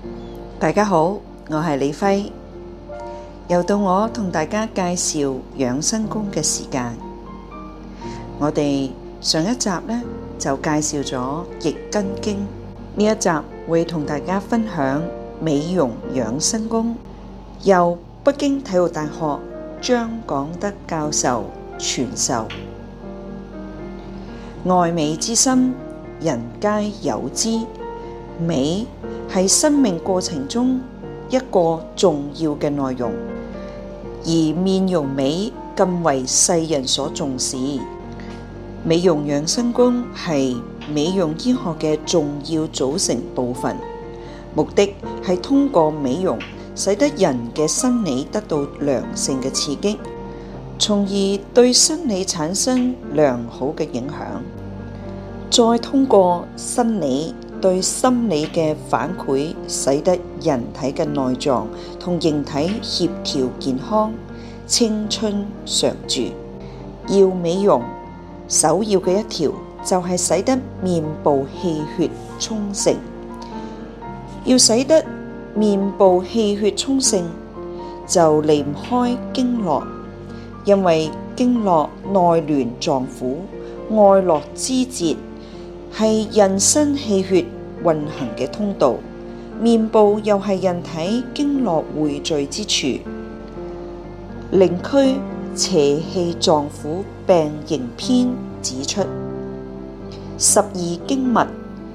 大家好，我係李輝，又到我同大家介紹養生功嘅時間。我哋上一集呢就介紹咗易筋經，呢一集會同大家分享美容養生功，由北京體育大學張廣德教授傳授。愛美之心，人皆有之。美係生命過程中一個重要嘅內容，而面容美更為世人所重視。美容養生功係美容醫學嘅重要組成部分，目的係通過美容使得人嘅生理得到良性嘅刺激，從而對生理產生良好嘅影響，再通過生理對心理嘅反饋，使得人體嘅內臟同形體協調健康、青春常駐。要美容，首要嘅一條就係使得面部氣血充盛。要使得面部氣血充盛，就離唔開經絡，因為經絡內聯臟腑，外絡肢節，係人身氣血運行嘅通道。面部又係人體經絡匯聚之處。靈樞邪氣臟腑病形篇指出，12經脈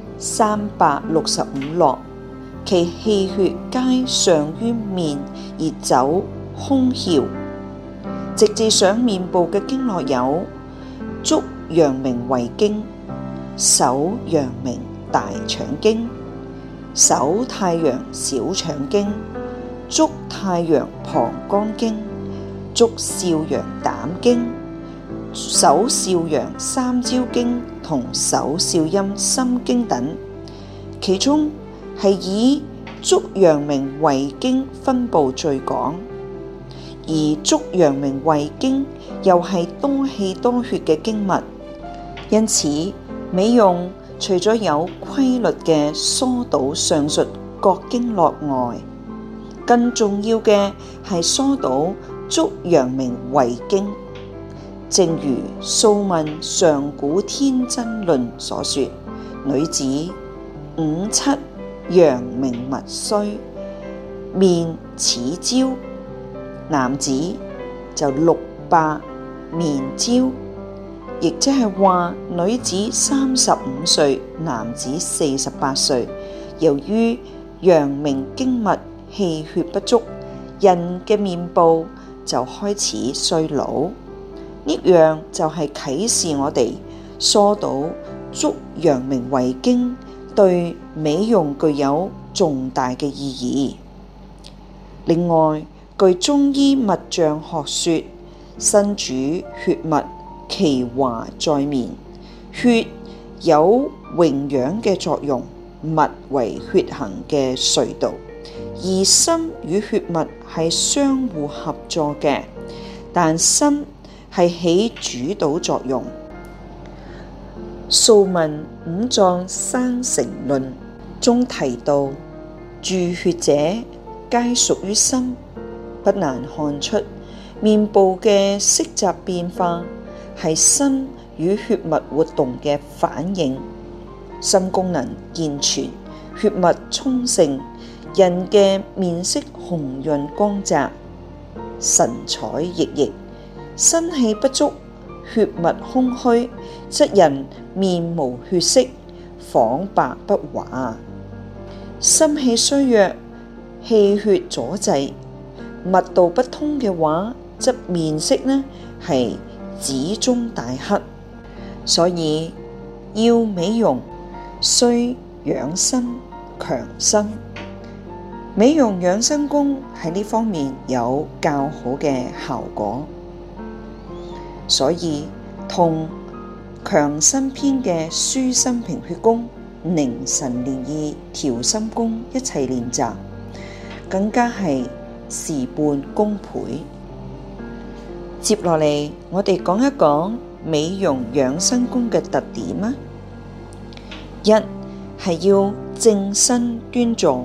365絡，其氣血皆上於面而走胸竅，直至上面部嘅經絡有足陽明胃經、手陽明大腸經、手太陽小腸經、足太陽膀胱經、足少陽膽經、手少陽三焦經同手少陰心經等。其中係以足陽明胃經分布最廣，而足陽明胃經又係多氣多血嘅經脈，因此美容除咗有規律嘅疏導上述各經絡外，更重要嘅係疏導足陽明胃經。正如《素問·上古天真論》所說，女子5、7陽明脈衰，面始焦；男子就6、8面焦。亦即係話，女子35歲，男子48歲，由於陽明經脈氣血不足，人嘅面部就開始衰老。呢樣就係啟示我哋疏導足陽明胃經對美容具有重大嘅意義。另外，據中醫脈象學說，身主血脈，其華在面，血有榮養嘅作用，脈為血行嘅隧道，而心與血脈係相互合作嘅，但心係起主導作用。《素問·五臟生成論》中提到，注血者皆屬於心，不難看出面部嘅色澤變化係心與血脈活動嘅反應。心功能健全，血脈充盛，人嘅面色紅潤光澤，神采奕奕；心氣不足，血脈空虛，則人面無血色，仿白不華。心氣衰弱，氣血阻滯，脈道不通嘅話，則面色呢係紫中帶黑。所以要美容，需養生強身。美容養生功喺呢方面有較好嘅效果，所以同強身篇嘅舒心平血功、凝神練意調心功一齊練習，更加係事半功倍。接落嚟，我哋講一講美容養生功嘅特點啊。一係要正身端坐，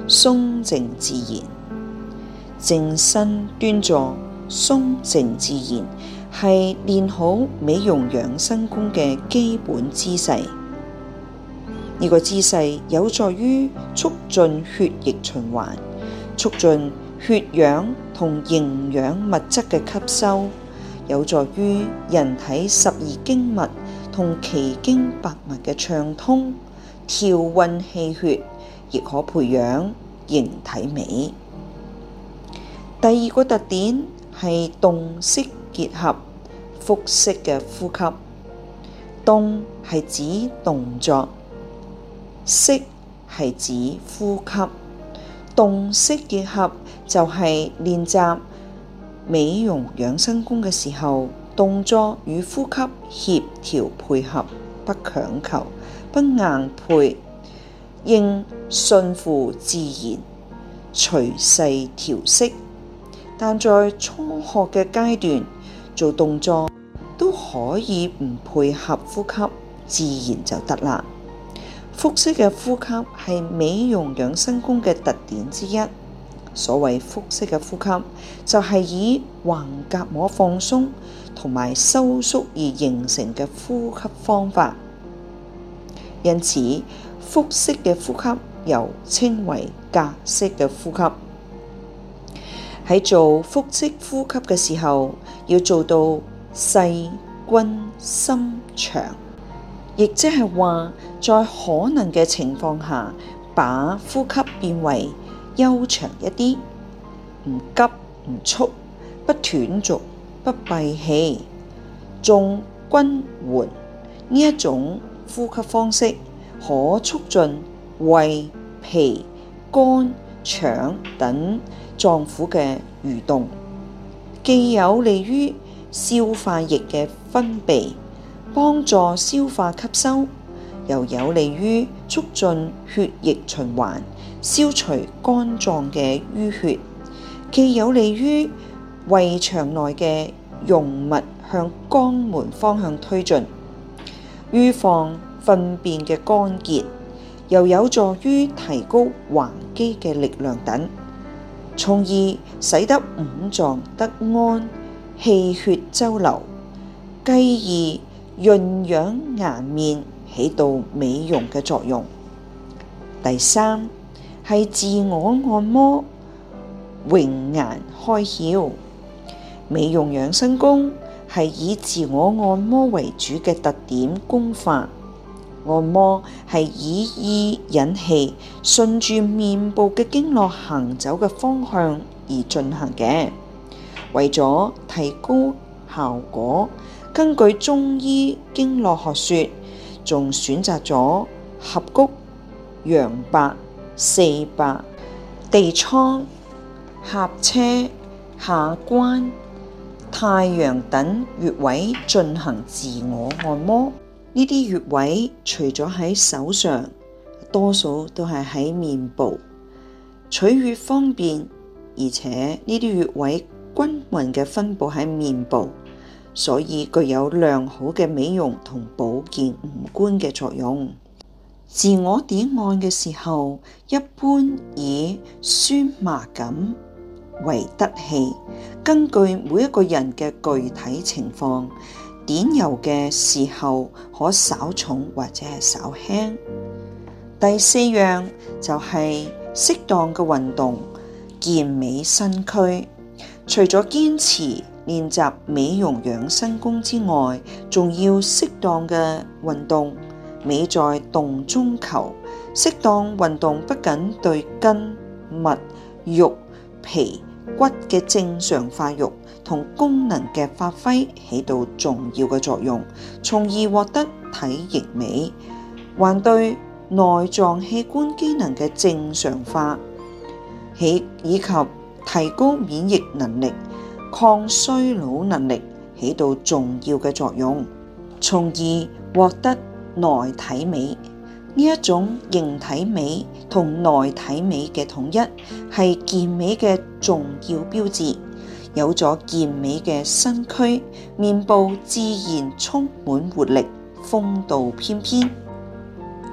鬆靜自然。正身端坐，鬆靜自然，係練好美容養生功嘅基本姿勢。呢個姿勢有助於促進血液循環，促進血氧同營養物質嘅吸收，有助於人體十二經脈同奇經百脈嘅暢通，調運氣血，亦可培養形體美。第二個特點係動息結合，腹式嘅呼吸。動係指動作，息係指呼吸。動息結合就係練習美容養生功嘅時候，動作與呼吸協調配合，不強求，不硬配，應順乎自然，隨勢調息。但在初學嘅階段，做動作都可以唔配合呼吸，自然就得啦。腹式嘅呼吸係美容養生功嘅特點之一。所謂腹式嘅呼吸，就係以橫膈膜放鬆同埋收縮而形成嘅呼吸方法。因此，腹式嘅呼吸又稱為膈式嘅呼吸。喺做腹式呼吸嘅時候，要做到細、均、深、長，亦即係話，在可能嘅情況下，把呼吸變為悠長一啲，唔急唔促，不斷續，不閉氣，重均緩。呢一種呼吸方式可促進胃、脾、肝、腸等臟腑嘅蠕動，既有利於消化液嘅分泌，幫助消化吸收，又有利於促進血液循環，消除肝臟嘅淤血，既有利於胃腸內嘅容物向肛門方向推進，預防糞便嘅乾結，又有助於提高橫肌嘅力量等，從而使得五臟得安，氣血周流，繼而潤養顏面，起到美容嘅作用。第三係自我按摩，榮顏開竅。美容養生功係以自我按摩為主嘅特點功法。按摩係以意引氣，順住面部嘅經絡行走嘅方向而進行嘅。為咗提高效果，根據中醫經絡學說，仲選擇咗合谷、陽白、四白、地倉、頰車、下關、太陽等穴位進行自我按摩。呢啲穴位除咗喺手上，多數都係喺面部，取穴方便，而且呢啲穴位均勻嘅分布喺面部，所以具有良好嘅美容同保健五官嘅作用。自我點按嘅時候，一般以酸麻感為得氣，根據每一個人嘅具體情況，點油嘅時候可稍重或者係稍輕。第四樣就係適當嘅運動，健美身軀。除咗堅持練習美容養生功之外，仲要適當嘅運動。美在動中求，適當運動不僅對筋、脈、肉、皮、骨嘅正常發育同功能嘅發揮起到重要嘅作用，從而獲得體型美，還對內臟器官機能嘅正常化以及提高免疫能力、抗衰老能力起到重要嘅作用，從而獲得內體美。呢一種形體美同內體美嘅統一，係健美嘅重要標誌。有咗健美嘅身軀，面部自然充滿活力，風度翩翩。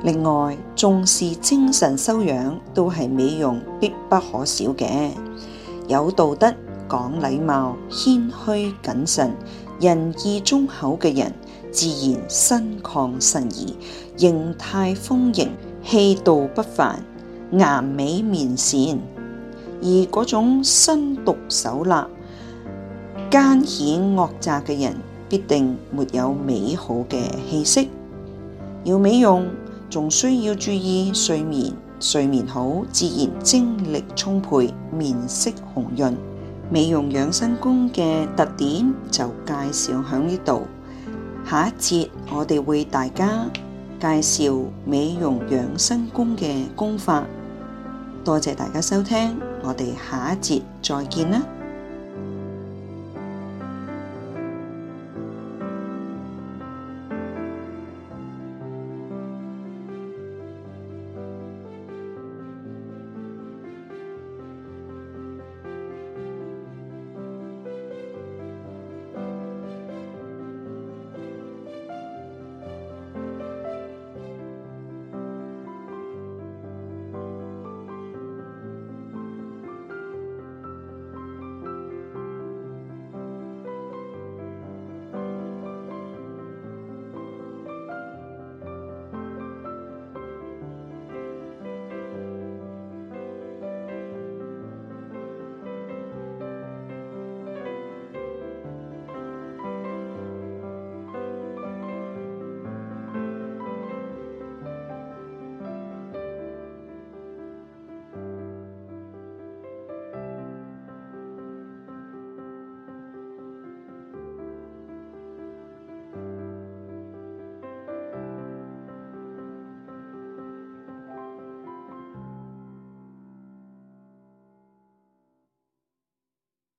另外，重視精神修養都係美容必不可少嘅。有道德、講禮貌、謙虛謹慎、仁義忠厚嘅人，自然身曠神怡，形態豐盈，氣度不凡，顏美面善。而嗰種身毒手辣、奸險惡詐嘅人，必定沒有美好嘅氣息。要美容，仲需要注意睡眠，睡眠好，自然精力充沛，面色紅潤。美容養生功嘅特點就介紹喺呢度。下一節我哋為大家介紹美容養生功嘅功法。多謝大家收聽，我哋下一節再見啦。